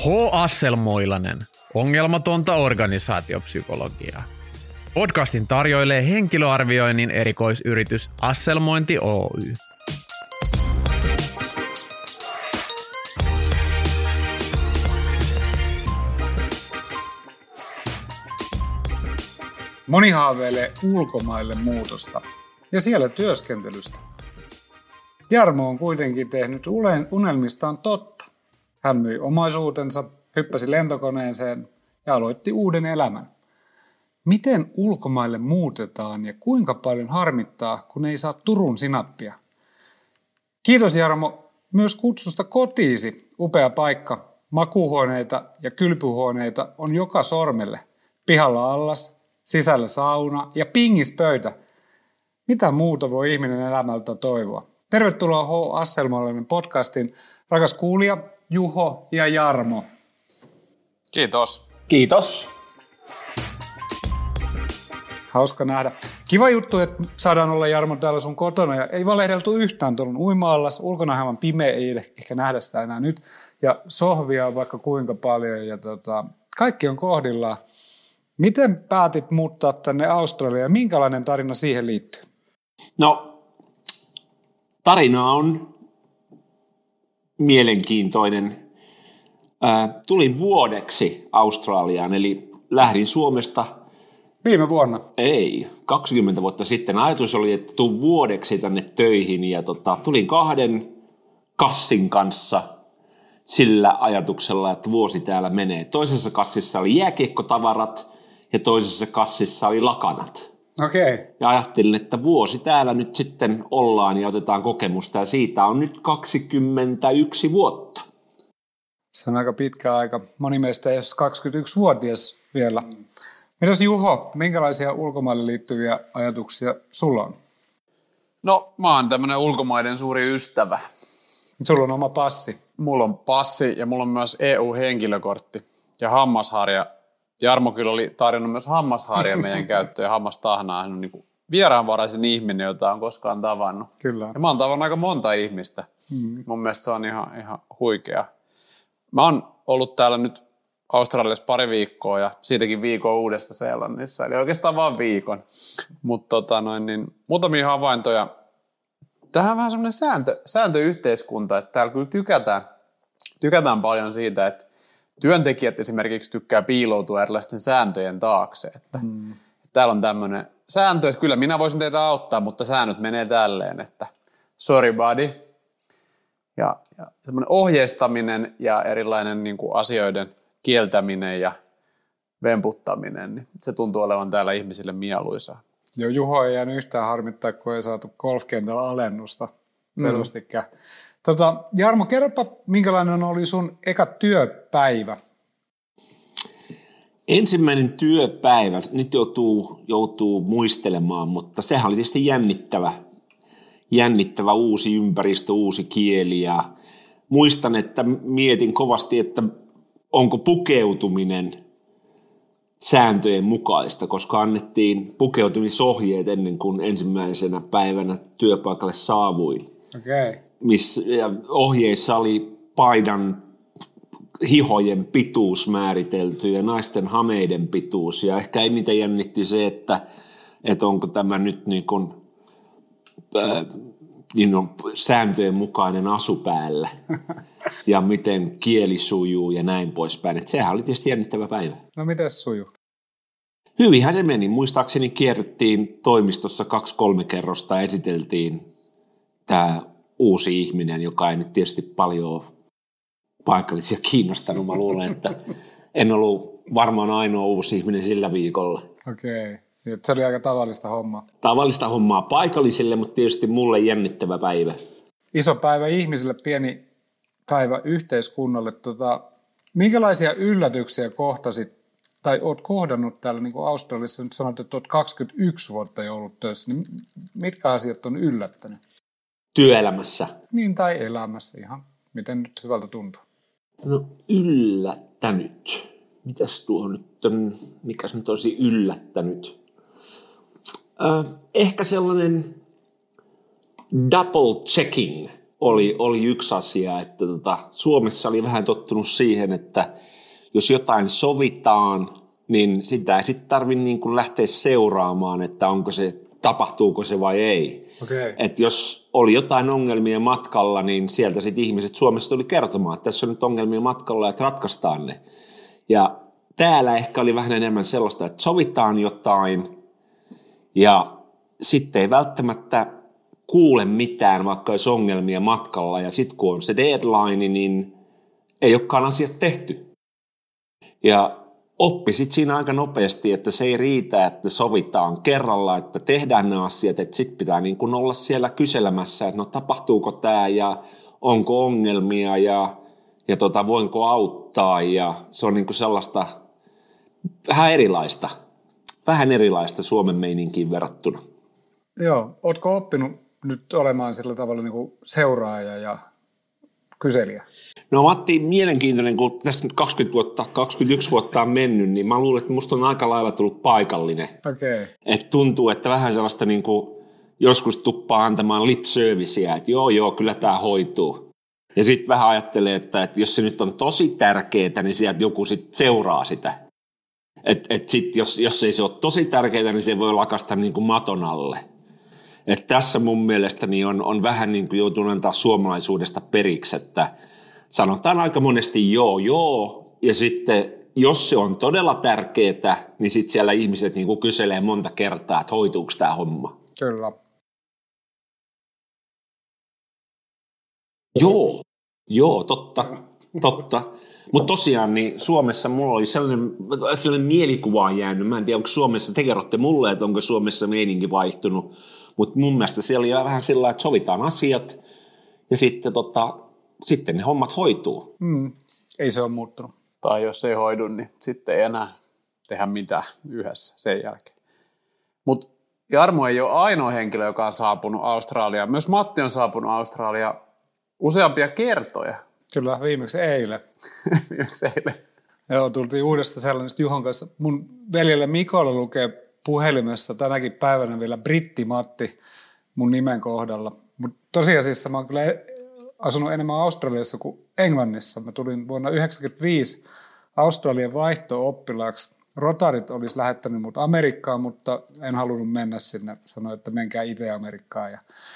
H. Asselmoilanen, ongelmatonta organisaatiopsykologiaa. Podcastin tarjoilee henkilöarvioinnin erikoisyritys Asselmointi Oy. Moni haaveilee ulkomaille muutosta ja siellä työskentelystä. Jarmo on kuitenkin tehnyt unelmistaan totta. Hän myi omaisuutensa, hyppäsi lentokoneeseen ja aloitti uuden elämän. Miten ulkomaille muutetaan ja kuinka paljon harmittaa, kun ei saa Turun sinappia? Kiitos Jarmo myös kutsusta kotiisi. Upea paikka. Makuuhuoneita ja kylpyhuoneita on joka sormelle. Pihalla allas, sisällä sauna ja pingispöytä. Mitä muuta voi ihminen elämältä toivoa? Tervetuloa H. Asselmoilainen podcastin rakas kuulija Juho ja Jarmo. Kiitos. Kiitos. Hauska nähdä. Kiva juttu, että saadaan olla Jarmo täällä sun kotona ja ei valehdeltu yhtään tuolla uima-allas. Ulkona hieman pimeä, ei ehkä nähdä sitä enää nyt. Ja sohvia on vaikka kuinka paljon ja kaikki on kohdillaan. Miten päätit muuttaa tänne Australiaan ja minkälainen tarina siihen liittyy? No, tarina on mielenkiintoinen. Tulin vuodeksi Australiaan, eli lähdin Suomesta. Viime vuonna? Ei, 20 vuotta sitten. Ajatus oli, että tuun vuodeksi tänne töihin ja tulin 2 kassin kanssa sillä ajatuksella, että vuosi täällä menee. Toisessa kassissa oli jääkiekkotavarat ja toisessa kassissa oli lakanat. Okei. Ja ajattelin, että vuosi täällä nyt sitten ollaan ja otetaan kokemusta ja siitä on nyt 21 vuotta. Se on aika pitkä aika. Moni meistä ei ole 21-vuotias vielä. Mitäs Juho, minkälaisia ulkomaille liittyviä ajatuksia sulla on? No, mä oon tämmönen ulkomaiden suuri ystävä. Sulla on oma passi. Mulla on passi ja mulla on myös EU-henkilökortti ja hammasharja. Jarmo kyllä oli tarjonnut myös hammasharja meidän käyttöön ja hammastahnaa. Hän on niin kuin vieraanvaraisin ihminen, jota on koskaan tavannut. Kyllä. Ja mä oon tavannut aika monta ihmistä. Mun mielestä se on ihan huikea. Mä oon ollut täällä nyt Australiassa pari viikkoa ja siitäkin viikon Uudessa-Seelannissa. Eli oikeastaan vaan viikon. Mutta muutamia havaintoja. Tähän on vähän semmoinen sääntöyhteiskunta, että täällä kyllä tykätään paljon siitä, että työntekijät esimerkiksi tykkää piiloutua erilaisten sääntöjen taakse. Että täällä on tämmöinen sääntö, että kyllä minä voisin teitä auttaa, mutta säännöt menee tälleen, että sorry buddy. Ja semmoinen ohjeistaminen ja erilainen niin kuin asioiden kieltäminen ja vemputtaminen, niin se tuntuu olevan täällä ihmisille mieluisaa. Joo, Juho ei jäänyt yhtään harmittaa, kun ei saatu golfkentällä alennusta selvästikään. Jarmo, kerropa, minkälainen oli sun eka työpäivä? Ensimmäinen työpäivä, nyt joutuu muistelemaan, mutta sehän oli tietysti jännittävä uusi ympäristö, uusi kieli ja muistan, että mietin kovasti, että onko pukeutuminen sääntöjen mukaista, koska annettiin pukeutumisohjeet ennen kuin ensimmäisenä päivänä työpaikalle saavuin. Okay. Ohjeissa oli paidan hihojen pituus määritelty ja naisten hameiden pituus. Ja ehkä eniten jännitti se, että onko tämä nyt sääntöjen mukainen asu päällä ja miten kieli sujuu ja näin poispäin. Et sehän oli tietysti jännittävä päivä. No miten sujuu? Hyvinhän se meni. Muistaakseni kierrettiin toimistossa 2-3 kerrosta ja esiteltiin tämä uusi ihminen, joka ei nyt tietysti paljon paikallisia kiinnostanut. Mä luulen, että en ollut varmaan ainoa uusi ihminen sillä viikolla. Okei. Se oli aika tavallista hommaa. Tavallista hommaa paikallisille, mutta tietysti mulle jännittävä päivä. Iso päivä ihmisille, pieni päivä yhteiskunnalle. Minkälaisia yllätyksiä kohtasit tai olet kohdannut täällä niin kuin Australiassa? Nyt sanoit, että olet 21 vuotta jo ollut töissä. Niin mitkä asiat on yllättänyt? Työelämässä. Niin, tai elämässä ihan. Miten nyt hyvältä tuntuu? No yllättänyt. Mitäs tuo nyt on, mikäs nyt olisi yllättänyt? Ehkä sellainen double checking oli yksi asia, että Suomessa oli vähän tottunut siihen, että jos jotain sovitaan, niin sitä ei sitten tarvitse niin kuin lähteä seuraamaan, että tapahtuuko se vai ei. Okay. Että jos oli jotain ongelmia matkalla, niin sieltä sitten ihmiset Suomessa tuli kertomaan, että tässä on nyt ongelmia matkalla, että ratkaistaan ne. Ja täällä ehkä oli vähän enemmän sellaista, että sovitaan jotain ja sitten ei välttämättä kuule mitään, vaikka olisi ongelmia matkalla. Ja sitten kun on se deadline, niin ei olekaan asiat tehty. Ja oppisit siinä aika nopeasti, että se ei riitä, että sovitaan kerralla, että tehdään ne asiat, että sitten pitää niin kuin olla siellä kyselemässä, että no tapahtuuko tämä ja onko ongelmia ja voinko auttaa ja se on niin kuin sellaista vähän erilaista Suomen meininkiin verrattuna. Joo, ootko oppinut nyt olemaan sillä tavalla niin kuin seuraaja ja kyselijä? No Matti, mielenkiintoinen, kun tässä nyt 21 vuotta on mennyt, niin mä luulen, että musta on aika lailla tullut paikallinen. Okay. Että tuntuu, että vähän sellaista niin kuin joskus tuppaa antamaan lip serviceä, että joo, kyllä tämä hoituu. Ja sitten vähän ajattelee, että jos se nyt on tosi tärkeää, niin sieltä joku sitten seuraa sitä. Että sitten jos ei se ole tosi tärkeää, niin se voi lakasta niin kuin maton alle. Että tässä mun mielestäni on vähän niin kuin joutunut antaa suomalaisuudesta periksi, että sanotaan aika monesti joo, ja sitten jos se on todella tärkeää, niin sitten siellä ihmiset niin kuin kyselee monta kertaa, että hoituuko tämä homma. Kyllä. Joo, totta. Mutta tosiaan niin Suomessa mulla oli sellainen mielikuva jäänyt. Mä en tiedä, onko Suomessa, te kerrotte mulle, että onko Suomessa meininki vaihtunut. Mutta mun mielestä siellä oli vähän sillä, että sovitaan asiat ja sitten ne hommat hoituu. Ei se ole muuttunut. Tai jos ei hoidu, niin sitten ei enää tehdä mitään yhdessä sen jälkeen. Mutta Jarmo ei ole ainoa henkilö, joka on saapunut Australiaan. Myös Matti on saapunut Australiaan useampia kertoja. Kyllä, viimeksi eilen. Joo, tultiin uudesta sellaisesta Juhon kanssa. Mun veljellä Mikolla lukee puhelimessa tänäkin päivänä vielä Britti Matti mun nimen kohdalla. Mutta tosiasiassa mä oon kyllä asunut enemmän Australiassa kuin Englannissa. Mä tulin vuonna 1995 Australian vaihto-oppilaaksi. Rotarit olisi lähettänyt mut Amerikkaan, mutta en halunnut mennä sinne. Sanoin, että menkää itse Amerikkaan.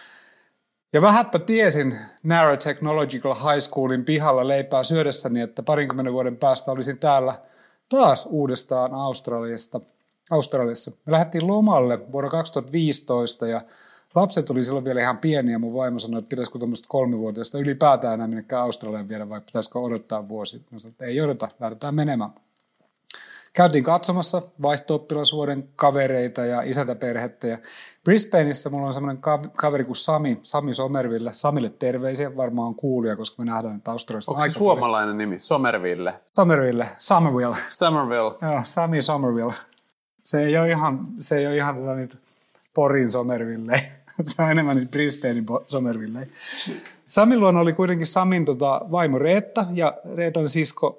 Ja vähäpä tiesin Narrow Technological High Schoolin pihalla leipää syödessäni, että 20 vuoden päästä olisin täällä taas uudestaan Australiassa. Me lähdettiin lomalle vuonna 2015 ja lapset oli silloin vielä ihan pieniä. Mun vaimo sanoi, että pitäisikö tämmöistä 3-vuotiaista ylipäätään enää minnekään Australiaan viedä vai pitäisikö odottaa vuosi. Mä sanoin, että ei odota, lähdetään menemään. Käytiin katsomassa vaihto-oppilasvuoden kavereita ja isäntäperhettä. Ja Brisbaneissa mulla on semmoinen kaveri kuin Sami Somerville. Samille terveisiä, varmaan on kuulija, koska me nähdään, että Australiassa onko se suomalainen nimi? Somerville. Somerville. Joo, Sami Somerville. Se ei ole ihan niitä Porin Somerville. Se on enemmän niitä Brisbanein Somerville. Samin luona oli kuitenkin Samin vaimo Reetta ja Reetan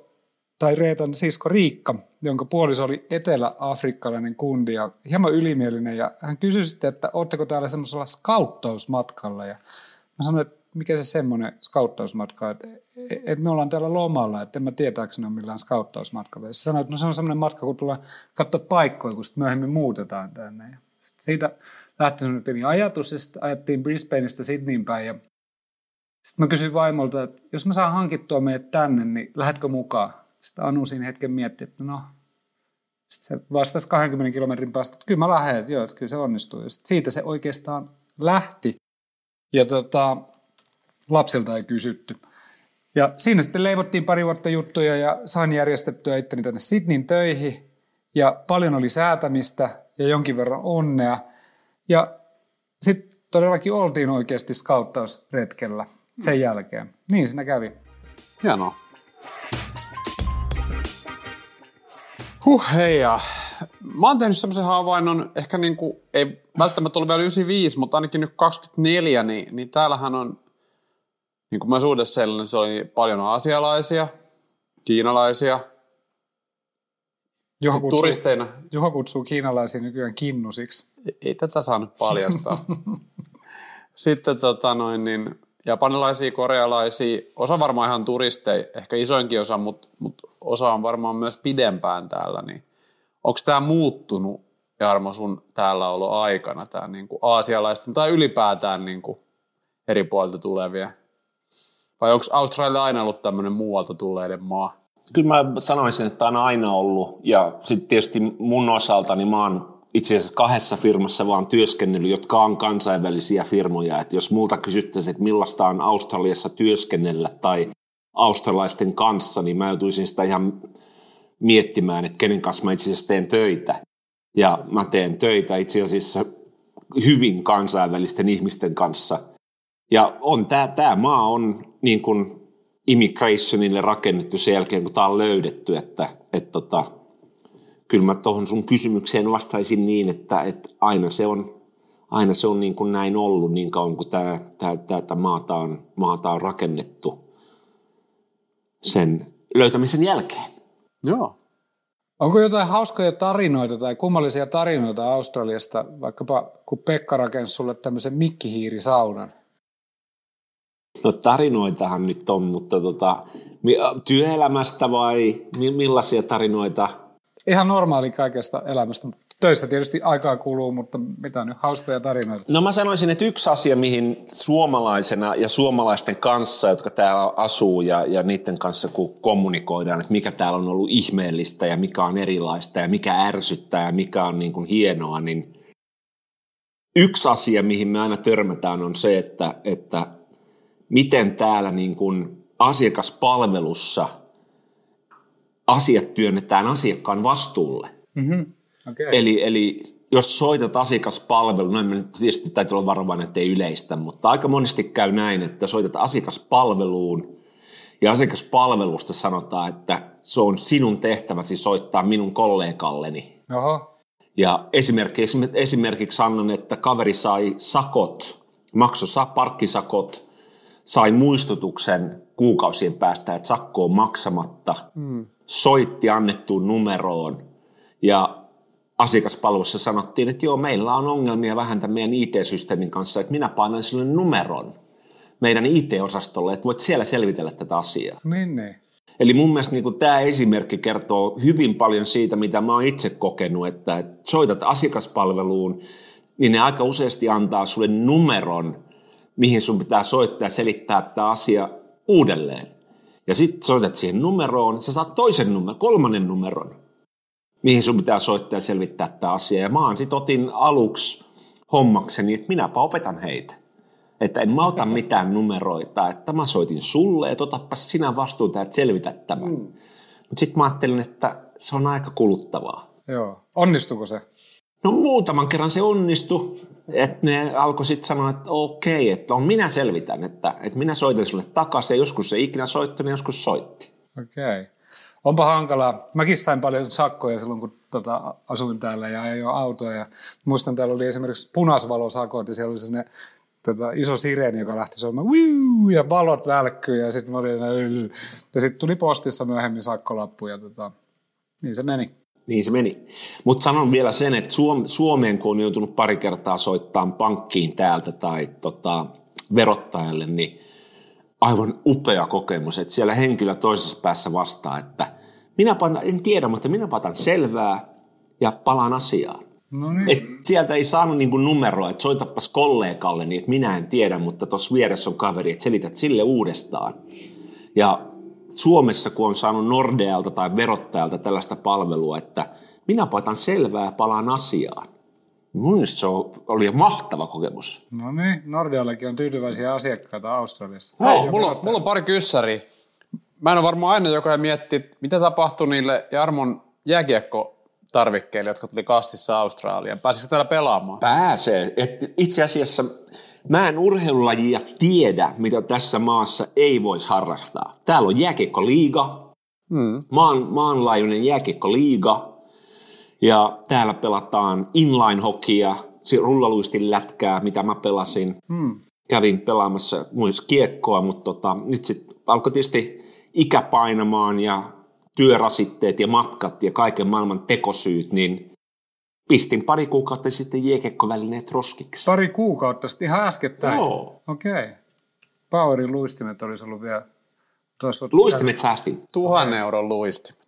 sisko Riikka, jonka puoliso oli etelä-afrikkalainen kundi ja hieman ylimielinen. Ja hän kysyi sitten, että ootteko täällä semmoisella skauttausmatkalla. Ja mä sanoin, että mikä se semmoinen skauttausmatka, että me ollaan täällä lomalla, että en mä tietääkseni ole millään skauttausmatkalla. Ja se sanoi, että no se on semmoinen matka, kun tullaan katsoa paikkoja, kun sitten myöhemmin muutetaan tänne. Ja sitten siitä lähti semmoinen pieni ajatus ja sitten ajattiin Brisbaneista Sydneyin päin. Ja sitten mä kysyin vaimolta, että jos mä saan hankittua meidät tänne, niin lähdetkö mukaan? Sitten Anu siinä hetken mietti, että no. Sitten se vastasi 20 kilometrin päästä, että kyllä mä lähden, että kyllä se onnistuu. Ja sitten siitä se oikeastaan lähti. Ja lapsilta ei kysytty. Ja siinä sitten leivottiin pari vuotta juttuja ja sain järjestettyä itteni tänne Sydneyin töihin. Ja paljon oli säätämistä ja jonkin verran onnea. Ja sitten todellakin oltiin oikeasti skauttausretkellä sen jälkeen. Niin siinä kävi. Hienoa. Heija. Mä oon tehnyt semmoisen havainnon, ehkä niinku, ei välttämättä ollut vielä 95, mutta ainakin nyt 24, niin täällähän on, niin kuin myös Uudessa-Seelannissa, se oli paljon aasialaisia, kiinalaisia, turisteina. Juha kutsuu kiinalaisia nykyään kinnusiksi. Ei tätä saanut paljastaa. Sitten japanilaisia, korealaisia, osa varmaan ihan turisteja, ehkä isoinkin osa, mutta osa on varmaan myös pidempään täällä, niin onko tämä muuttunut, Jarmo, sun täällä olo aikana, tämä niinku aasialaisten tai ylipäätään niinku eri puolilta tulevia? Vai onko Australia aina ollut tämmöinen muualta tulleiden maa? Kyllä mä sanoisin, että on aina ollut, ja sitten tietysti mun osalta, niin mä oon itse asiassa 2 firmassa vaan työskennellyt, jotka on kansainvälisiä firmoja. Että jos multa kysyttäisiin, että millaista on Australiassa työskennellä tai australaisten kanssa, niin mä joutuisin sitä ihan miettimään, että kenen kanssa mä itse asiassa teen töitä. Ja mä teen töitä itse asiassa hyvin kansainvälisten ihmisten kanssa. Ja on tämä maa on niin kuin immigrationille rakennettu sen jälkeen, kun tämä on löydetty, että kyllä mä tuohon sun kysymykseen vastaisin niin, että aina se on niin kuin näin ollut niin kauan kuin tätä maata on rakennettu sen löytämisen jälkeen. Joo. Onko jotain hauskoja tarinoita tai kummallisia tarinoita Australiasta, vaikkapa kun Pekka rakensi sulle tämmöisen mikkihiirisaunan? No tarinoitahan nyt on, mutta työelämästä vai millaisia tarinoita? Ihan normaali kaikesta elämästä. Töissä tietysti aikaa kuluu, mutta mitä nyt hauskoja tarinoita? No mä sanoisin, että yksi asia, mihin suomalaisena ja suomalaisten kanssa, jotka täällä asuu ja niiden kanssa kun kommunikoidaan, että mikä täällä on ollut ihmeellistä ja mikä on erilaista ja mikä ärsyttää ja mikä on niin kuin hienoa, niin yksi asia, mihin me aina törmätään on se, että miten täällä niin kuin asiakaspalvelussa asiat työnnetään asiakkaan vastuulle. Mm-hmm. Okay. Eli jos soitat asiakaspalveluun, no tietysti täytyy olla varovainen, ettei yleistä, mutta aika monesti käy näin, että soitat asiakaspalveluun ja asiakaspalvelusta sanotaan, että se on sinun tehtäväsi soittaa minun kollegalleni. Oho. Ja esimerkiksi sanon, että kaveri sai sakot, maksoi parkkisakot, sai muistutuksen kuukausien päästä, että sakko on maksamatta, soitti annettuun numeroon ja asiakaspalvelussa sanottiin, että joo, meillä on ongelmia vähän tämän meidän IT-systeemin kanssa, että minä painan sille numeron meidän IT-osastolle, että voit siellä selvitellä tätä asiaa. Niin. Eli mun mielestä niin tämä esimerkki kertoo hyvin paljon siitä, mitä mä oon itse kokenut, että soitat asiakaspalveluun, niin ne aika useasti antaa sulle numeron, mihin sun pitää soittaa ja selittää tämä asia uudelleen. Ja sitten soitat siihen numeroon, sä saat kolmannen numeron, mihin sun pitää soittaa ja selvittää tämä asia. Ja mä otin aluksi hommakseni, että minäpä opetan heitä. Että en mä ota mitään numeroita, että mä soitin sulle, että otapas sinä vastuuta, että selvität tämän. Mutta sitten mä ajattelin, että se on aika kuluttavaa. Joo. Onnistuiko se? No muutaman kerran se onnistui, että ne alkoi sitten sanoa, että okei, että minä selvitän, että minä soitan sulle takaisin. Ja joskus se ikinä soitti, niin joskus soitti. Okei. Onpa hankalaa. Mäkin sain paljon sakkoja silloin, kun asuin täällä ja ajoin autoa. Ja muistan, täällä oli esimerkiksi punaisvalosakot ja siellä oli sellainen iso sireeni, joka lähti soimaan ja valot välkkyy ja sitten ja sitten tuli postissa myöhemmin sakkolappu ja niin se meni. Niin se meni. Mutta sanon vielä sen, että Suomeen kun on joutunut pari kertaa soittamaan pankkiin täältä tai verottajalle, niin aivan upea kokemus, että siellä henkilö toisessa päässä vastaa, että en tiedä, mutta minä patan selvää ja palaan asiaan. No niin. Et sieltä ei saanut niinku numeroa, että soitapas kollegalle, niin että minä en tiedä, mutta tuossa vieressä on kaveri, että selität sille uudestaan. Ja Suomessa, kun on saanut Nordealta tai verottajalta tällaista palvelua, että minä paitan selvää ja palaan asiaan. Mielestäni se oli mahtava kokemus. No niin, Nordeallakin on tyytyväisiä asiakkaita Australiassa. Mulla on pari kyssäriä. Mä en ole varmaan aina, joka miettii, mitä tapahtui niille Jarmon jääkiekkotarvikkeille, jotka tuli kassissa Australiaan. Pääsitkö täällä pelaamaan? Pääsee. Itse asiassa mä en urheilulajia tiedä, mitä tässä maassa ei voisi harrastaa. Täällä on jääkiekkoliiga, maanlaajuinen jääkiekkoliiga, ja täällä pelataan inline-hockeyä, rullaluistin lätkää, mitä mä pelasin. Kävin pelaamassa myös kiekkoa, mutta nyt sitten alkoi tietysti ikä painamaan ja työrasitteet ja matkat ja kaiken maailman tekosyyt, niin pistin pari kuukautta sitten jääkiekkovälineet roskiksi. Pari kuukautta sitten ihan äskettäin? Joo. Okei. Powerin luistimet olisi ollut vielä. Luistimet säästi. 1 000 euron luistimet.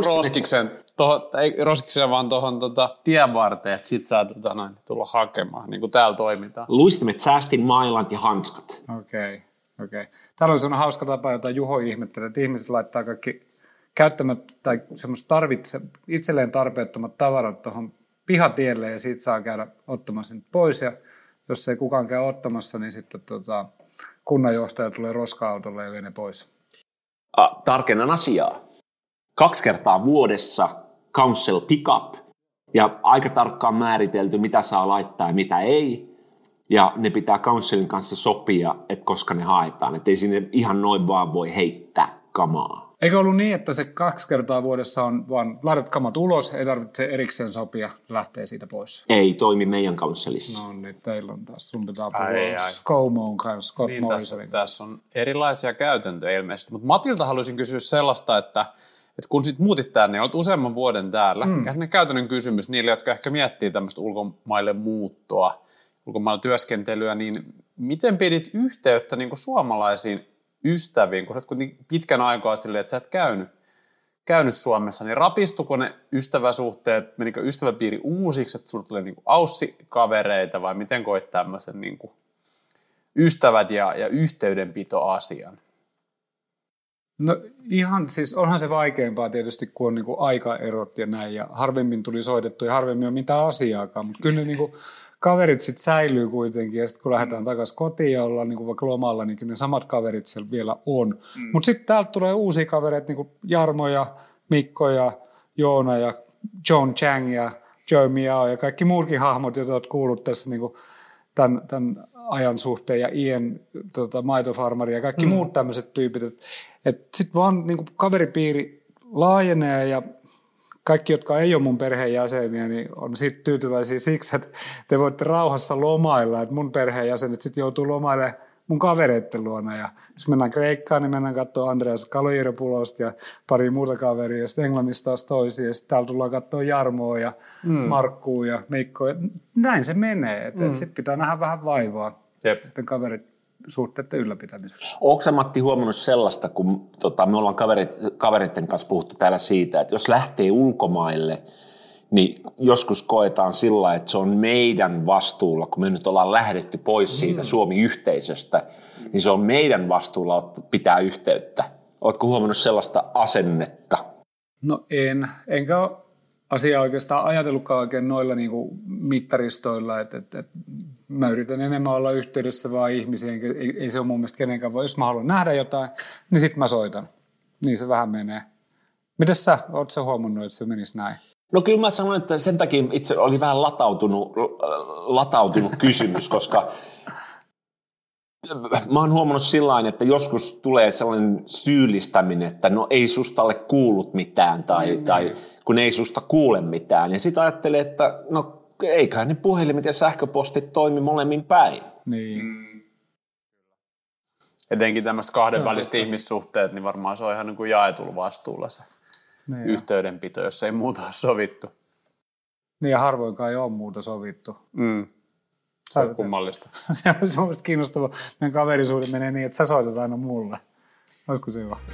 Ei roskiksen vaan tuohon tien varteen, että sit saa tulla hakemaan, niin kuin täällä toimitaan. Luistimet säästin, mailant ja hanskat. Okei. Täällä on sellainen hauska tapa, jota Juho ihmettelee, että ihmiset laittaa kaikki käyttämättä tai semmoista itselleen tarpeettomat tavarat tuohon pihatielle ja siitä saa käydä ottamassa niitä pois. Ja jos ei kukaan käy ottamassa, niin sitten kunnanjohtaja tulee roska-autolle ja vie ne pois. Tarkennan asiaa. 2 kertaa vuodessa council pickup ja aika tarkkaan määritelty, mitä saa laittaa ja mitä ei. Ja ne pitää councilin kanssa sopia, että koska ne haetaan. Että ei sinne ihan noin vaan voi heittää kamaa. Eikö ollut niin, että se 2 kertaa vuodessa on vaan laitat kamat ulos, ei tarvitse erikseen sopia, lähtee siitä pois? Ei toimi meidän councilissa. No niin, teillä on taas, sun pitää puhua ScoMo'n kanssa, Scott niin, Morrisonin. Tässä on erilaisia käytäntöjä ilmeisesti, mutta Matilta haluaisin kysyä sellaista, että kun sit muutit tänne, niin olet useamman vuoden täällä, ja käytännön kysymys niille, jotka ehkä miettii tämmöistä ulkomaille muuttoa, ulkomailla työskentelyä, niin miten pidit yhteyttä niin kuin suomalaisiin ystäviin, kun sä oot kuitenkin pitkän aikaa silleen, että sä et käynyt Suomessa, niin rapistuko ne ystäväsuhteet, menikö ystäväpiiri uusiksi, että sulla tulee niin kuin aussikavereita, vai miten koit tämmöisen niin kuin ystävät ja yhteydenpitoasian? No ihan siis onhan se vaikeampaa tietysti, kun on niin kuin aikaerot ja näin, ja harvemmin tuli soitettu ja harvemmin on mitään asiaakaan, mutta kyllä niin kuin kaverit sitten säilyy kuitenkin, ja sitten kun lähdetään takaisin kotiin ja ollaan niin kuin vaikka lomalla, niin kyllä ne samat kaverit siellä vielä on. Mutta sitten täältä tulee uusia kavereita, niin kuin Jarmo ja Mikko ja Joona ja John Chang ja Joe Miao ja kaikki muutkin hahmot, joita olet kuullut tässä niin kuin tämän ajan suhteen, ja Ian maitofarmari ja kaikki muut tämmöiset tyypit. Sitten vaan niin kuin kaveripiiri laajenee ja kaikki, jotka ei ole mun perheenjäseniä, niin on siitä tyytyväisiä siksi, että te voitte rauhassa lomailla, että mun perheenjäsenet sitten joutuu lomailemaan mun kavereitten luona. Ja jos mennään Kreikkaan, niin mennään katsoa Andreas Kalojiropulosta ja pari muuta kaveria, ja sitten Englannista taas toisia, ja sitten täällä tullaan katsoa Jarmoa ja Markkua ja Mikkoa. Näin se menee, että sitten pitää nähdä vähän vaivaa sitten kaverit suhteiden ylläpitämiseksi. Oletko sä, Matti, huomannut sellaista, kun me ollaan kavereiden kanssa puhuttu täällä siitä, että jos lähtee ulkomaille, niin joskus koetaan sillä, että se on meidän vastuulla, kun me nyt ollaan lähdetty pois siitä Suomi-yhteisöstä, niin se on meidän vastuulla pitää yhteyttä. Oletko huomannut sellaista asennetta? No enkä ole asiaa oikeastaan ajatellutkaan oikein noilla niin kuin mittaristoilla, että mä yritän enemmän olla yhteydessä vaan ihmisiin, ei se ole mun mielestä kenenkään voi. Jos mä haluan nähdä jotain, niin sitten mä soitan. Niin se vähän menee. Mites sä, ootko sä huomannut, että se menisi näin? No kyllä mä sanoin, että sen takia itse oli vähän latautunut kysymys, koska mä oon huomannut sillain, että joskus tulee sellainen syyllistäminen, että no ei susta ole kuullut mitään tai kun ei susta kuule mitään. Ja sitten ajattelee, että no eiköhän ne puhelimet ja sähköpostit toimi molemmin päin. Niin. Etenkin tämmöiset kahdenväliset ihmissuhteet, niin varmaan se on ihan niin kuin jaetulla vastuulla se yhteydenpito, jos ei muuta ole sovittu. Niin ja harvoinkaan ei ole muuta sovittu. Se on kummallista. Se on semmoista kiinnostavaa. Meidän kaverisuhde menee niin, että sä soitat aina mulle. Olisiko se hyvä?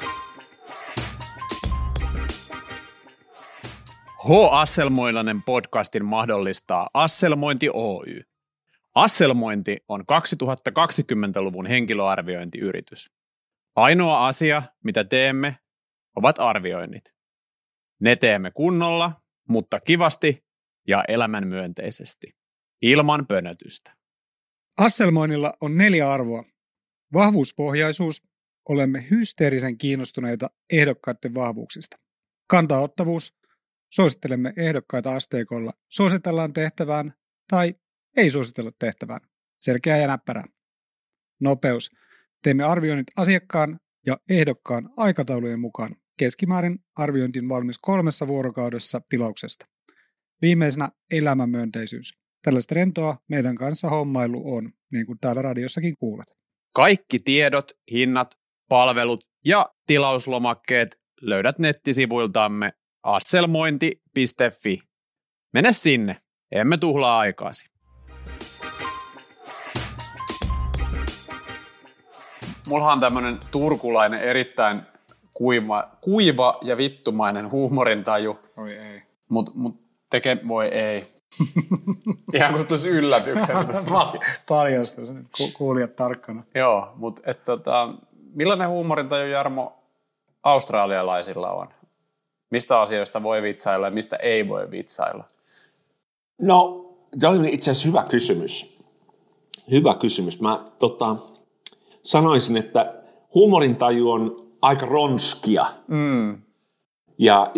H. Asselmoilainen podcastin mahdollistaa Asselmointi Oy. Asselmointi on 2020-luvun henkilöarviointiyritys. Ainoa asia, mitä teemme, ovat arvioinnit. Ne teemme kunnolla, mutta kivasti ja elämänmyönteisesti. Ilman pönötystä. Asselmoinnilla on 4 arvoa. Vahvuuspohjaisuus. Olemme hysteerisen kiinnostuneita ehdokkaiden vahvuuksista. Kantaottavuus. Suosittelemme ehdokkaita asteikolla. Suositellaan tehtävään tai ei suositella tehtävään. Selkeä ja näppärä. Nopeus. Teemme arvioinnit asiakkaan ja ehdokkaan aikataulujen mukaan. Keskimäärin arviointi on valmis 3 vuorokaudessa tilauksesta. Viimeisenä elämänmyönteisyys. Tällaista rentoa meidän kanssa hommailu on, niin kuin täällä radiossakin kuulet. Kaikki tiedot, hinnat, palvelut ja tilauslomakkeet löydät nettisivuiltamme asselmointi.fi. Mene sinne, emme tuhlaa aikaasi. Mulla on tämmönen turkulainen erittäin kuiva ja vittumainen huumorintaju. Oi ei. Mut voi ei. Ihan kun se tulisi yllätyksenä. Paljastus, kuulijat tarkkana. Joo, mutta millainen huumorintaju, Jarmo, australialaisilla on? Mistä asioista voi vitsailla ja mistä ei voi vitsailla? No, tämä on itse asiassa hyvä kysymys. Hyvä kysymys. Mä sanoisin, että huumorintaju on aika ronskia. Ja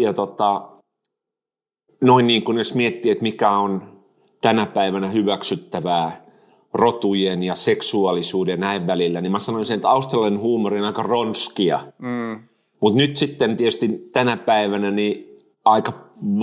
noin niin kuin jos miettii, että mikä on tänä päivänä hyväksyttävää rotujen ja seksuaalisuuden näin välillä, niin mä sanoisin, että australialainen huumori on aika ronskia. Mutta nyt sitten tietysti tänä päivänä niin aika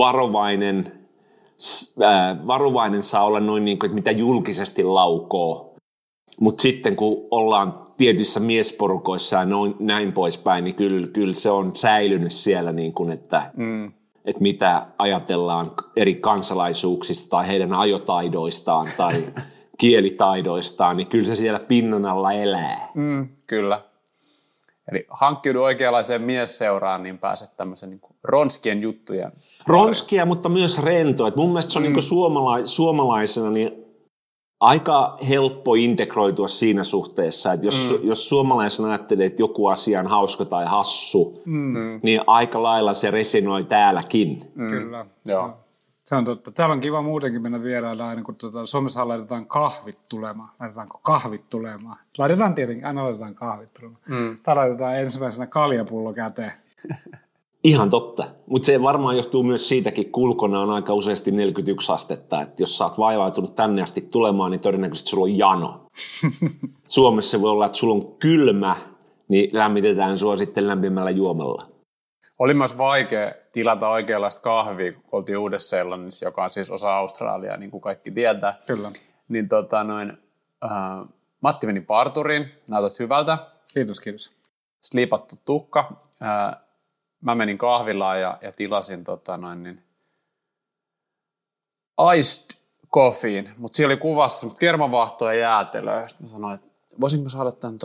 varovainen saa olla noin niin kuin, että mitä julkisesti laukoo. Mutta sitten kun ollaan tietyissä miesporukoissa ja näin poispäin, niin kyllä se on säilynyt siellä, niin kuin, että mitä ajatellaan eri kansalaisuuksista tai heidän ajotaidoistaan tai kielitaidoistaan, niin kyllä se siellä pinnan alla elää. Kyllä. Eli hankkiudu oikeanlaiseen miesseuraan, niin pääset tämmöisen niin ronskien juttujen. Ronskia, mutta myös rento. Et mun mielestä se on niin suomalaisena niin aika helppo integroitua siinä suhteessa, että jos suomalaisena ajattelee, että joku asia on hauska tai hassu, niin aika lailla se resonoi täälläkin. Kyllä. Joo. Se on totta. Täällä on kiva muutenkin mennä vierailla aina, kun Suomessa laitetaan kahvit tulemaan. Laitetaanko kahvit tulemaan? Laitetaan tietenkin, aina laitetaan kahvit tulemaan. Täällä laitetaan ensimmäisenä kaljapullo käteen. Ihan totta. Mutta se varmaan johtuu myös siitäkin, kun ulkona on aika useasti 41 astetta. Että jos sä oot vaivautunut tänne asti tulemaan, niin todennäköisesti sulla on jano. Suomessa voi olla, että sulla on kylmä, niin lämmitetään sua sitten lämpimällä juomalla. Oli myös vaikea tilata oikeanlaista kahvia, kun oltiin Uudessa-Seelannissa, joka on siis osa Australiaa, niin kuin kaikki tietää. Kyllä. Niin Matti meni parturiin, näytät hyvältä. Kiitos. Slipattu tukka. Mä menin kahvilaan ja tilasin iced coffeen, mutta siellä oli kuvassa semmoista kermavaahtoa ja jäätelöä. Sitten mä sanoin, että voisinko saada tämän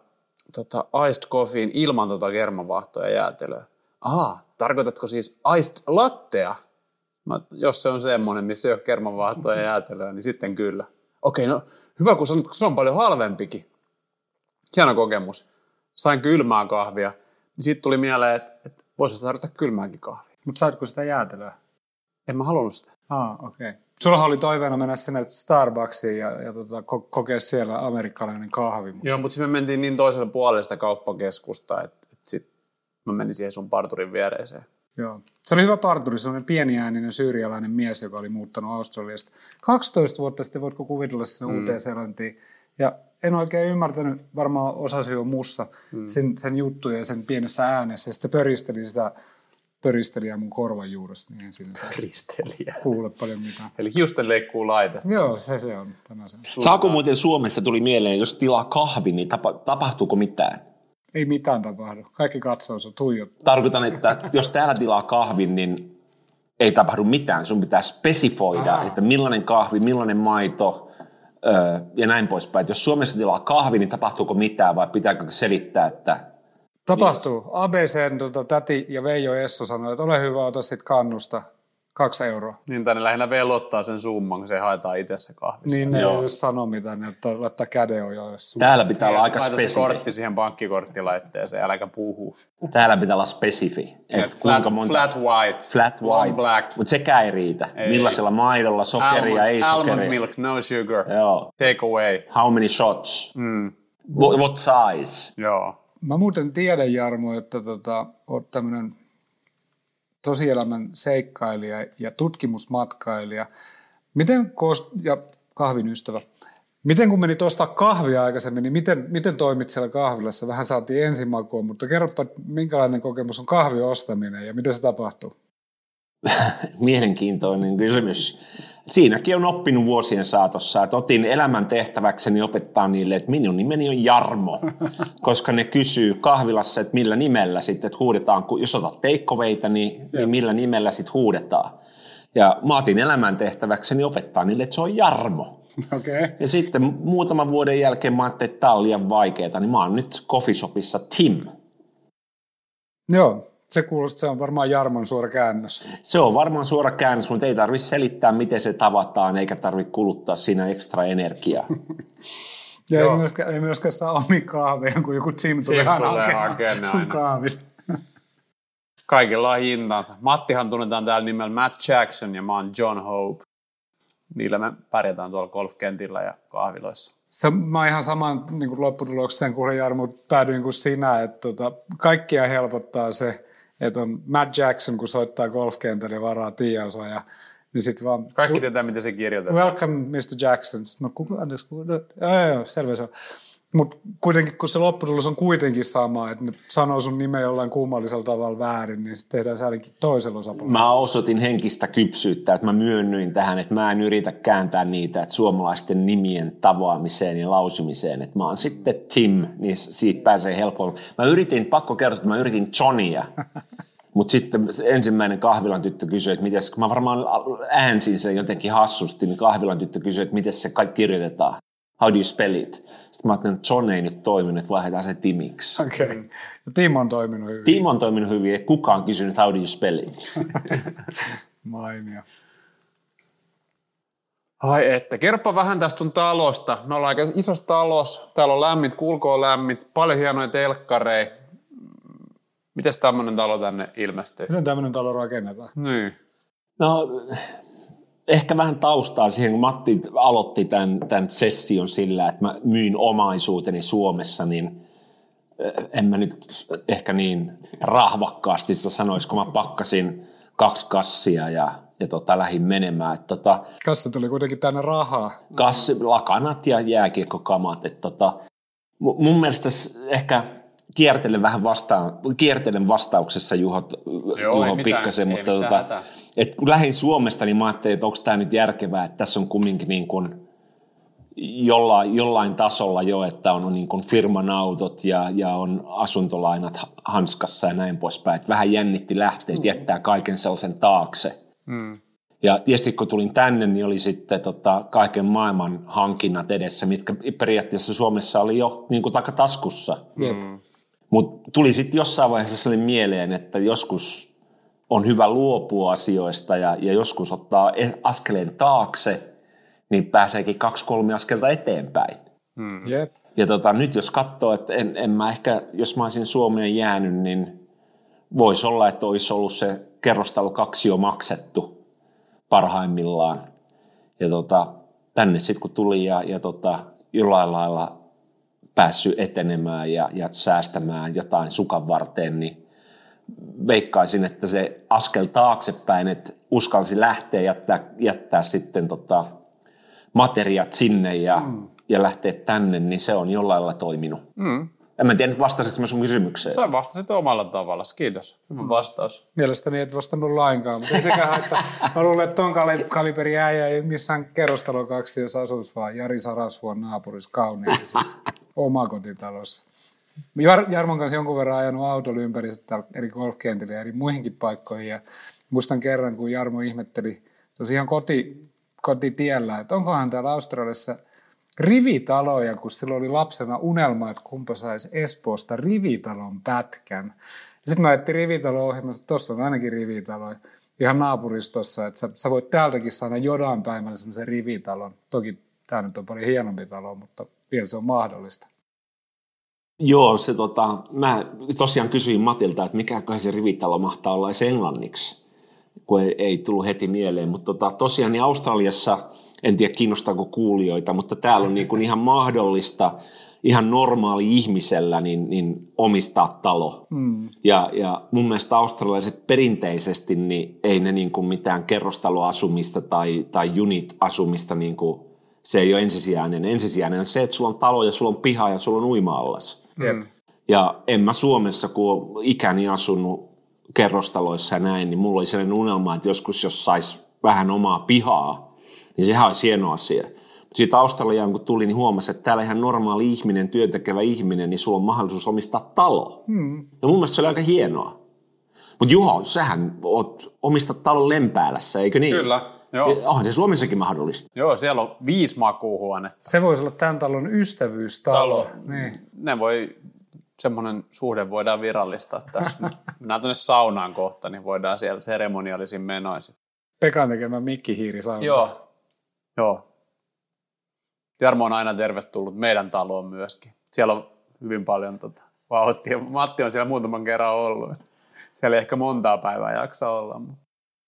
iced coffeen ilman kermavaahtoa ja jäätelöä. Ahaa, tarkoitatko siis iced lattea? Jos se on semmoinen, missä ei ole kermavaahtoa ja jäätelöä, niin sitten kyllä. Okei, no hyvä, kun sanot, se on paljon halvempikin. Hieno kokemus. Sain kylmää kahvia. Niin siitä tuli mieleen, että voisi tarvita kylmääkin kahvia. Mutta saitko sitä jäätelöä? En mä halunnut sitä. Okei. Sulla oli toiveena mennä sinne Starbucksiin ja kokea siellä amerikkalainen kahvi. Joo, mutta sitten me mentiin niin toiselle puolelle sitä kauppakeskusta, että sitten mä menin siihen sun parturin viereeseen. Joo. Se oli hyvä parturi, sellainen pieniääninen syyrialainen mies, joka oli muuttanut Australiasta. 12 vuotta sitten, voitko kuvitella sinne Uuteen-Seelantiin. Ja en oikein ymmärtänyt, varmaan osasi jo muussa, sen juttuja ja sen pienessä äänessä. Ja sitten pöristelijä mun korvan juuressa. Niin Pöristelijä. Kuule paljon mitään. Eli hiusten leikkuu laite. Joo, se on. Saako muuten Suomessa tuli mieleen, jos tilaa kahvi, niin tapahtuuko mitään? Ei mitään tapahdu. Kaikki katsoo sun tuijottaa. Tarkoitan, että jos täällä tilaa kahvin, niin ei tapahdu mitään. Sun pitää spesifoida, että millainen kahvi, millainen maito ja näin poispäin. Jos Suomessa tilaa kahvi, niin tapahtuuko mitään vai pitääkö selittää, että... Tapahtuu. ABCn täti ja Veijo Esso sanoi, että ole hyvä, ota sit kannusta 2 euroa. Niin, tänne lähinnä velottaa sen summan, kun se haetaan itse se kahvi. Niin, ne ei sano mitään, ne laittaa kädenojoa. Täällä pitää olla aika spesifi. spesifi. Laita se kortti siihen pankkikorttilaitteeseen, äläkä puhu. Täällä pitää olla spesifi. Flat white. Flat white. Black. Mutta sekään ei riitä. Millaisella maidolla, sokeria, ei sokeria. Almond milk, no sugar. Joo. Take away. How many shots? What size? Joo. Mä muuten tiedän, Jarmo, että oot tämmönen tosielämän seikkailija ja tutkimusmatkailija. Ja kahvin ystävä. Miten kun menit ostaa kahvia aikaisemmin, niin miten toimit siellä kahvilassa? Vähän saatiin ensimakua, mutta kerropa, minkälainen kokemus on kahvin ostaminen ja miten se tapahtuu? Mielenkiintoinen kysymys. Siinäkin on oppinut vuosien saatossa, että otin elämän tehtäväkseni opettaa niille, että minun nimeni on Jarmo, koska ne kysyy kahvilassa, että millä nimellä sitten, että huudetaan, jos otat teikkoveitä, niin millä nimellä sitten huudetaan. Ja mä otin elämäntehtäväkseni opettaa niille, että se on Jarmo. Okay. Ja sitten muutaman vuoden jälkeen mä ajattelin, että tää on liian vaikeaa, niin mä oon nyt coffee shopissa Tim. Joo, se kuulostaa, se on varmaan Jarmon suora käännös. Se on varmaan suora käännös, mutta ei tarvitse selittää, miten se tavataan, eikä tarvitse kuluttaa siinä ekstra energiaa. Ja ei myöskään saa omia kahveja, kun joku Tim tulee hakemaan sun kahvit. Kaikilla on hintansa. Mattihan tunnetaan täällä nimellä Matt Jackson ja mä oon John Hope. Niillä me pärjätään tuolla golfkentillä ja kahviloissa. Mä oon ihan saman niin lopputulokseen kuin Jarmo päädyin kuin sinä, että kaikkia helpottaa se, että on Matt Jackson, kun soittaa golfkentällä ja varaa tieosaa. Niin sit vaan, kaikki tietää, miten se kirjoitetaan. Welcome, Mr. Jackson. Joo, selvä se on. Mutta kuitenkin, kun se lopputulos on kuitenkin sama, että ne sanoo sun nimeä jollain kummallisella tavalla väärin, niin sitten tehdään se ainakin toisella osapuolella. Mä osoitin henkistä kypsyyttä, että mä myönnyin tähän, että mä en yritä kääntää niitä että suomalaisten nimien tavoamiseen ja lausumiseen. Että mä oon sitten Tim, niin siitä pääsee helpommin. Pakko kertoa, että mä yritin Johnia. Mutta sitten ensimmäinen kahvilan tyttö kysyi, että miten, kun mä varmaan äänsin sen jotenkin hassusti, niin kahvilan tyttö kysyi, että miten se kaikki kirjoitetaan. How do you spell it? Sitten mä ajattelin, että John ei nyt toiminut, että vaihdetaan se Timiksi. Okei. Okay. Tim on toiminut hyvin. Tim on toiminut hyvin, ja kukaan on kysynyt, how do you spell it? Mainio. Ai että, kerropa vähän tästä sun talosta. Me ollaan aika isossa talossa. Täällä on lämmit, kulkoo lämmit, paljon hienoja telkkareja. Mites tämmöinen talo tänne ilmestyy? Miten tämmöinen talo rakennetaan? Niin. No, ehkä vähän taustaa siihen, kun Matti aloitti tämän session sillä, että mä myin omaisuuteni Suomessa, niin en mä nyt ehkä niin rahvakkaasti sitä sanoisi, kun mä pakkasin 2 kassia ja lähdin menemään. Kassa tuli kuitenkin tänne rahaa. Lakanat ja jääkiekkokamat. Mun mielestä ehkä kiertelen vastauksessa Juho pikkasen, mutta kun lähdin Suomesta, niin mä ajattelin, että onko tämä nyt järkevää, että tässä on kumminkin niin kuin jollain tasolla jo, että on niin kuin firman autot ja on asuntolainat hanskassa ja näin poispäin. Että vähän jännitti lähteä, että jättää kaiken sellaisen taakse. Ja tietysti kun tulin tänne, niin oli sitten kaiken maailman hankinnat edessä, mitkä periaatteessa Suomessa oli jo niin kuin takataskussa. Mutta tuli sitten jossain vaiheessa sellainen mieleen, että joskus on hyvä luopua asioista ja joskus ottaa askeleen taakse, niin pääseekin 2-3 askelta eteenpäin. Yep. Ja nyt jos katsoo, että en mä ehkä, jos mä olisin Suomeen jäänyt, niin voisi olla, että olisi ollut se kerrostalo 2 jo maksettu parhaimmillaan. Ja tänne sitten kun tuli ja jollain lailla päässyt etenemään ja säästämään jotain sukan varteen, niin veikkaisin, että se askel taaksepäin, että uskalsi lähteä jättää sitten materiaat sinne ja lähteä tänne, niin se on jollain lailla toiminut. En mä tiedä, vastasinko mä sun kysymykseen. Sä vastasit omalla tavalla. Kiitos. Hyvä vastaus. Mielestäni et vastannut lainkaan, mutta ei sekään haittaa. Mä luulen, että ton kaliberin äijä ei missään kerrostalo 2, jos asuisi, vaan Jari Sarasvuon naapurissa kauniisessa omakotitalossa. Jarmon kanssa jonkun verran ajanut autolla ympäri eri golfkentillä ja eri muihinkin paikkoihin. Ja muistan kerran, kun Jarmo ihmetteli tosiaan kotitiellä, että onkohan täällä Australiassa rivitaloja, kun silloin oli lapsena unelma, että kumpa saisi Espoosta rivitalon pätkän. Sitten mä ajattelin rivitalo-ohjelmassa, että tuossa on ainakin rivitaloja ihan naapuristossa, että sä voit täältäkin saada jodain päivällä semmoisen rivitalon. Toki tämä nyt on paljon hienompi talo, mutta vielä se on mahdollista. Joo, mä tosiaan kysyin Matilta, että mikäköhän se rivitalo mahtaa olla edes englanniksi, kun ei tullut heti mieleen. Mutta tosiaan niin Australiassa, en tiedä kiinnostaako kuulijoita, mutta täällä on niin kuin ihan mahdollista ihan normaali ihmisellä niin omistaa talo. Ja mun mielestä australialaiset perinteisesti niin ei ne niin kuin mitään kerrostaloasumista tai unit-asumista, niin kuin, se ei ole ensisijainen. Ensisijainen on se, että sulla on talo ja sulla on piha ja sulla on uima-allas. Ja en mä Suomessa, kun olen ikäni asunut kerrostaloissa ja näin, niin mulla oli sellainen unelma, että joskus jos sais vähän omaa pihaa, niin sehän olisi hieno asia. Mutta siitä Australiaan kun tuli, niin huomasi, että täällä ihan normaali ihminen, työntekevä ihminen, niin sulla on mahdollisuus omistaa talo. Ja mun mielestä se oli aika hienoa. Mutta Juho, sähän omistat talon Lempäälässä, eikö niin? Kyllä, joo. Onhan se Suomessakin mahdollista. Joo, siellä on 5 makuuhuonetta. Se voisi olla tämän talon ystävyystalo. Niin. Semmoinen suhde voidaan virallistaa tässä. Mennään tuonne saunaan kohta, niin voidaan siellä seremoniaalisin menoisin. Pekan tekemä mikkihiiri sauna. Joo. Jarmo on aina tervetullut meidän taloon myöskin. Siellä on hyvin paljon vauhtia. Matti on siellä muutaman kerran ollut. Siellä ei ehkä montaa päivää jaksa olla. Mutta...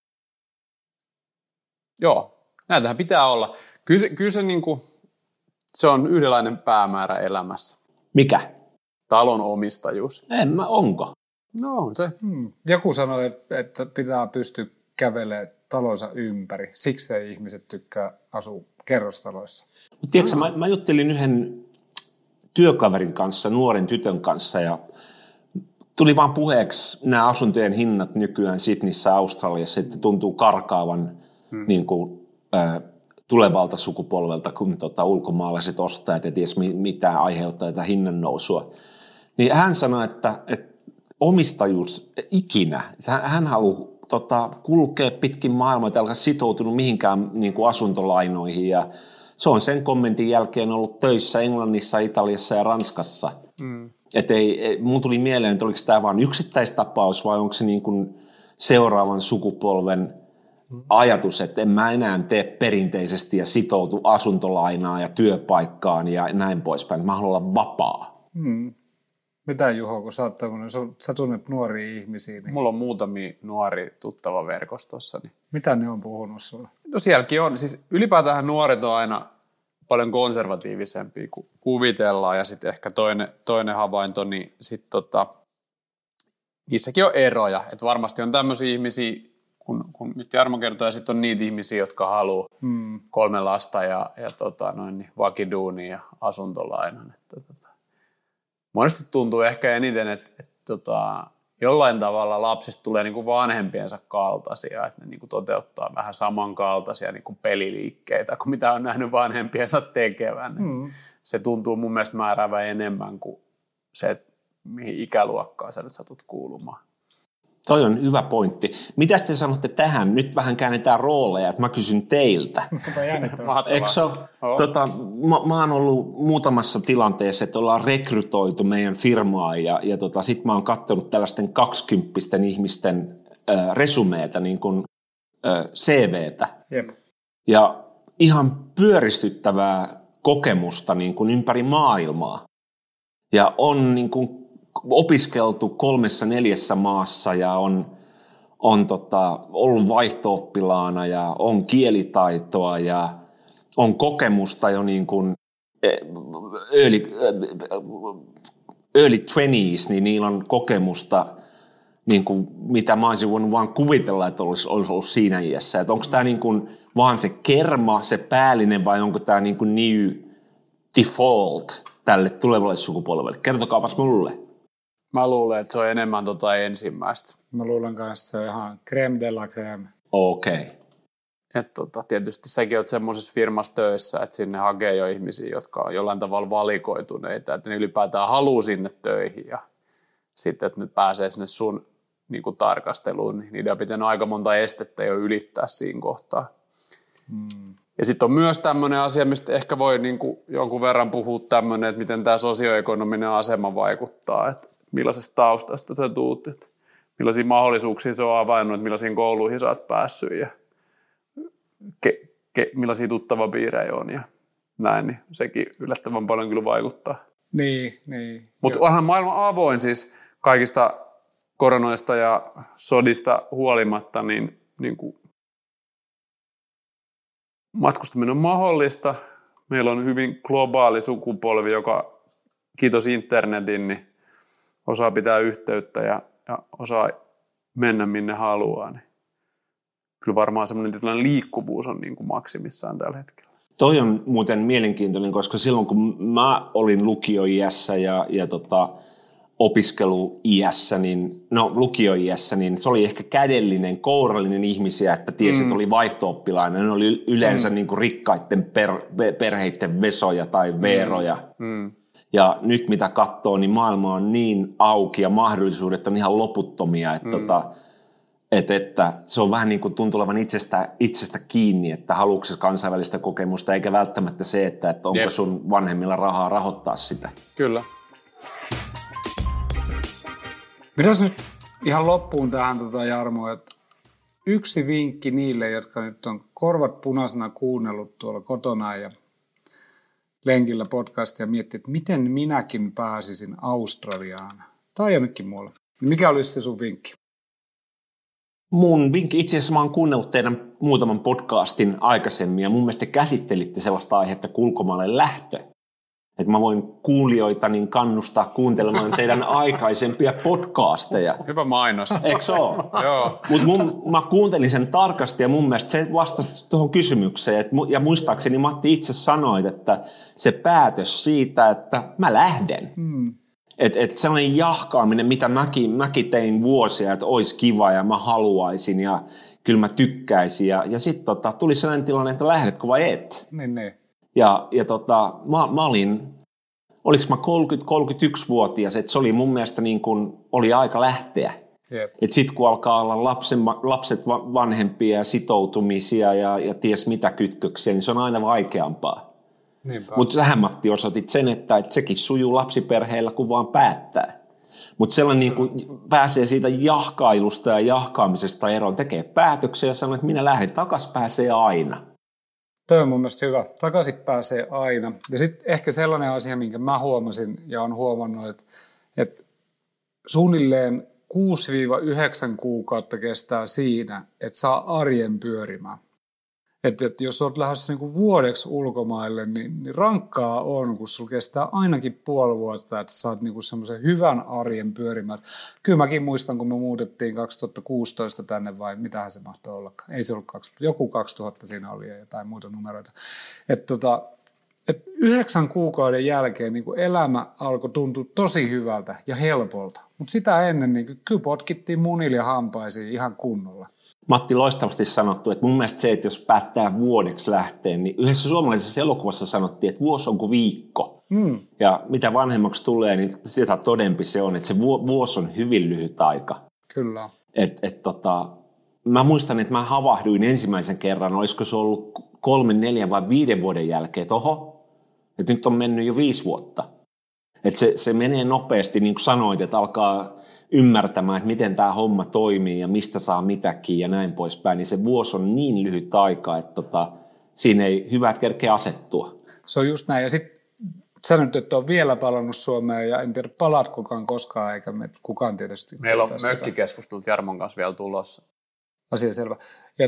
Joo, näitähän pitää olla. Kyllä se, se on yhdenlainen päämäärä elämässä. Mikä? Talon omistajuus. Onko? No on se. Joku sanoi, että pitää pystyä kävelemään talonsa ympäri. Siksi ei ihmiset tykkää asua kerrostaloissa. Tiedätkö, mä juttelin yhden työkaverin kanssa, nuoren tytön kanssa, ja tuli vaan puheeksi nämä asuntojen hinnat nykyään Sydneyssä, Australiassa, että tuntuu karkaavan niin kuin, tulevalta sukupolvelta, kun ulkomaalaiset ostajat ei tiedä mitä aiheuttaa tätä hinnan nousua. Niin hän sanoi, että omistajuus ikinä, hän haluaa kulkea pitkin maailmaa, että alkaa sitoutunut mihinkään niin kuin asuntolainoihin, ja se on sen kommentin jälkeen ollut töissä Englannissa, Italiassa ja Ranskassa. Että mun tuli mieleen, että oliko tämä vain yksittäistapaus vai onko se niin kuin seuraavan sukupolven ajatus, että en mä enää tee perinteisesti ja sitoutu asuntolainaan ja työpaikkaan ja näin poispäin. Mä haluan olla vapaa. Mitä Juho, kun sä oot tämmöinen, sä tunnet nuoria ihmisiä. Niin... Mulla on muutamia nuoria tuttava verkostossa. Niin... Mitä ne on puhunut sulle? No sielläkin on. Siis ylipäätään nuoret on aina paljon konservatiivisempia kuin kuvitellaan. Ja sitten ehkä toinen havainto, niin sitten niissäkin on eroja. Että varmasti on tämmöisiä ihmisiä, kun Jarmo kertoo, ja sitten on niitä ihmisiä, jotka haluaa 3 lasta ja vakiduunia ja asuntolainan. Monesti tuntuu ehkä eniten, että jollain tavalla lapsista tulee niin kuin vanhempiensa kaltaisia, että ne niin kuin toteuttaa vähän samankaltaisia niin kuin peliliikkeitä kuin mitä on nähnyt vanhempiensa tekevän. Se tuntuu mun mielestä määräävän enemmän kuin se, että mihin ikäluokkaan sä nyt satut kuulumaan. Toi on hyvä pointti. Mitä te sanotte tähän? Nyt vähän käännetään rooleja, että mä kysyn teiltä. Eikö se ole? Mä oon ollut muutamassa tilanteessa, että ollaan rekrytoitu meidän firmaa ja sit mä oon katsonut tällaisten 20 ihmisten resumeeta, niin kuin CVtä. Jep. Ja ihan pyöristyttävää kokemusta niin kuin ympäri maailmaa. Ja on niin kuin opiskeltu 3-4 maassa ja on ollut vaihto-oppilaana ja on kielitaitoa ja on kokemusta jo niin kuin early 20s, niin niillä on kokemusta, niin kuin, mitä mä olisin voinut vaan kuvitella, että olisi ollut siinä iässä. Että onko tämä niin kuin vaan se kerma, se päällinen vai onko tämä niin kuin new default tälle tulevalle sukupolvelle? Kertokaapas mulle. Mä luulen, että se on enemmän ensimmäistä. Mä luulen kanssa, että se on ihan crème de la crème. Okei. Tietysti säkin oot semmoisessa firmassa töissä, että sinne hakee jo ihmisiä, jotka on jollain tavalla valikoituneita, että ne ylipäätään haluaa sinne töihin ja sitten, että ne pääsee sinne sun niin kuin tarkasteluun, niin niiden on pitänyt aika monta estettä jo ylittää siinä kohtaa. Ja sitten on myös tämmöinen asia, mistä ehkä voi niin kuin jonkun verran puhua tämmöinen, että miten tämä sosioekonominen asema vaikuttaa, että millaisesta taustasta sä tuut, että millaisia mahdollisuuksia se on avannut, että millaisiin kouluihin sä oot päässyt ja millaisia tuttavapiirejä on ja näin, niin sekin yllättävän paljon kyllä vaikuttaa. Niin. Mutta onhan maailma avoin siis kaikista koronoista ja sodista huolimatta, niin kuin matkustaminen on mahdollista. Meillä on hyvin globaali sukupolvi, joka kiitos internetin, niin osaa pitää yhteyttä ja osaa mennä minne haluaa. Niin kyllä varmaan semmoinen tietynlainen liikkuvuus on niin kuin maksimissaan tällä hetkellä. Toi on muuten mielenkiintoinen, koska silloin kun mä olin lukioiässä ja opiskeluiässä, niin lukioiässä, niin se oli ehkä kädellinen, kourallinen ihmisiä, että tiesi, että oli vaihto-oppilaina. Ne oli yleensä niin kuin rikkaiden perheiden vesoja tai veeroja. Ja nyt mitä katsoo, niin maailma on niin auki ja mahdollisuudet on ihan loputtomia, että Että se on vähän niin kuin tuntuu olevan itsestä kiinni, että haluatko se kansainvälistä kokemusta, eikä välttämättä se, että onko sun vanhemmilla rahaa rahoittaa sitä. Kyllä. Mitäs nyt ihan loppuun tähän Jarmo, että yksi vinkki niille, jotka nyt on korvat punaisena kuunnellut tuolla kotona ja lenkillä podcastia ja miettii, että miten minäkin pääsisin Australiaan tai jonnekin muualle. Mikä olisi se sun vinkki? Mun vinkki, itse asiassa mä oon kuunnellut teidän muutaman podcastin aikaisemmin ja mun mielestä käsittelitte sellaista aihetta kuin ulkomaille lähtö. Että mä voin kuulijoita niin kannustaa kuuntelemaan teidän aikaisempia podcasteja. Hyvä mainos. Eikö se ole? Joo. Mutta mä kuuntelin sen tarkasti ja mun mielestä se vastasi tuohon kysymykseen. Ja muistaakseni Matti itse sanoi, että se päätös siitä, että mä lähden. Että sellainen jahkaaminen, mitä mäkin tein vuosia, että olisi kiva ja mä haluaisin ja kyllä mä tykkäisin. Ja sitten tuli sellainen tilanne, että lähdetkö vai et? Niin. Ja mä olin, oliko mä 30-31-vuotias, että se oli mun mielestä niin kuin, oli aika lähteä. Että sitten kun alkaa olla lapset vanhempia ja sitoutumisia ja ties mitä kytköksiä, niin se on aina vaikeampaa. Mutta sähän Matti osoitit sen, että sekin sujuu lapsiperheillä, kun vaan päättää. Mutta sellainen niin kuin pääsee siitä jahkailusta ja jahkaamisesta eroon, tekee päätöksiä ja sanoo, että minä lähden, takaisin pääsee aina. Toi on mun mielestä hyvä. Takaisin pääsee aina. Ja sitten ehkä sellainen asia, minkä mä huomasin ja olen huomannut, että suunnilleen 6-9 kuukautta kestää siinä, että saa arjen pyörimään. Että jos olet lähdössä niinku vuodeksi ulkomaille, niin rankkaa on, kun sulla kestää ainakin puoli vuotta, että saat niinku semmoisen hyvän arjen pyörimään. Kyllä mäkin muistan, kun me muutettiin 2016 tänne, vai mitähän se mahtoi ollakaan. Ei se ollut joku 2000 siinä oli ja jotain muita numeroita. Että 9 kuukauden jälkeen niin elämä alkoi tuntua tosi hyvältä ja helpolta. Mutta sitä ennen niin kyllä potkittiin munille ja hampaisiin ihan kunnolla. Matti, loistavasti sanottu, että mun mielestä se, että jos päättää vuodeksi lähteä, niin yhdessä suomalaisessa elokuvassa sanottiin, että vuosi on kuin viikko. Ja mitä vanhemmaksi tulee, niin sitä todempi se on, että se vuosi on hyvin lyhyt aika. Kyllä. Mä muistan, että mä havahduin ensimmäisen kerran, olisiko se ollut 3, 4 vai 5 vuoden jälkeen, että että nyt on mennyt jo 5 vuotta. Että se menee nopeasti, niin kuin sanoit, että alkaa ymmärtämään, että miten tämä homma toimii ja mistä saa mitäkin ja näin poispäin, niin se vuosi on niin lyhyt aika, että siinä ei hyvät kerkeä asettua. Se on just näin. Ja sitten sä nyt et ole vielä palannut Suomeen ja en tiedä palatkokaan koskaan, eikä kukaan tietysti. Meillä on mökkikeskustelut Jarmon kanssa vielä tulossa. Asia selvä. Ja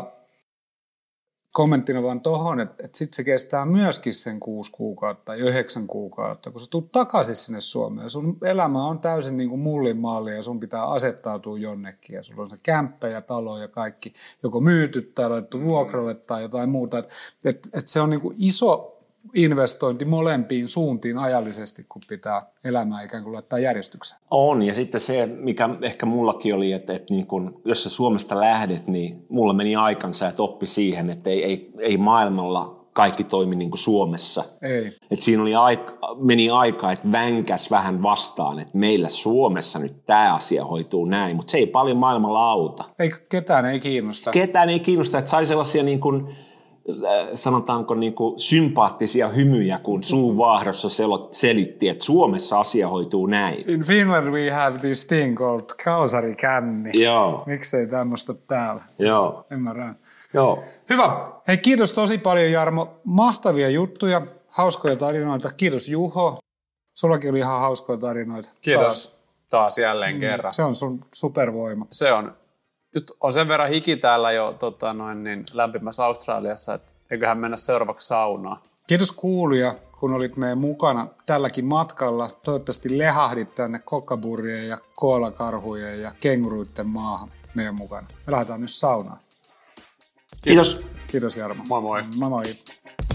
kommenttina vaan tohon, että sitten se kestää myöskin sen 6 kuukautta tai 9 kuukautta, kun sä tulet takaisin sinne Suomeen. Sun elämä on täysin niin kuin mullin malli ja sun pitää asettautua jonnekin. Ja sulla on se kämppä ja talo ja kaikki, joko myyty tai laitettu vuokralle tai jotain muuta. Et se on niin kuin iso investointi molempiin suuntiin ajallisesti, kun pitää elämää ikään kuin laittaa järjestykseen. On, ja sitten se, mikä ehkä mullakin oli, että niin kun, jos sä Suomesta lähdet, niin mulla meni aikansa, että oppi siihen, että ei maailmalla kaikki toimi niin kuin Suomessa. Ei. Että siinä meni aika, että vänkäs vähän vastaan, että meillä Suomessa nyt tämä asia hoituu näin, mutta se ei paljon maailmalla auta. Ketään ei kiinnosta. Ketään ei kiinnosta, että sai sellaisia niin kuin sanotaanko niin kuin sympaattisia hymyjä, kun suunvaahdossa selitti, että Suomessa asia hoituu näin. In Finland we have this thing called kalsarikänni. Joo. Miksei tämmöistä täällä? Joo. Ymmärrän. Joo. Hyvä. Hei, kiitos tosi paljon Jarmo. Mahtavia juttuja, hauskoja tarinoita. Kiitos Juho. Sullakin oli ihan hauskoja tarinoita. Kiitos. Taas jälleen kerran. Se on sun supervoima. Se on. Nyt on sen verran hiki täällä jo lämpimässä Australiassa, että eiköhän mennä seuraavaksi saunaan. Kiitos kuulija, kun olit meidän mukana tälläkin matkalla. Toivottavasti lehahdit tänne kokkaburrien ja koalakarhujen ja kenguruitten maahan meidän mukana. Me lähdetään nyt saunaan. Kiitos. Kiitos Jarmo. Moi moi. Moi moi.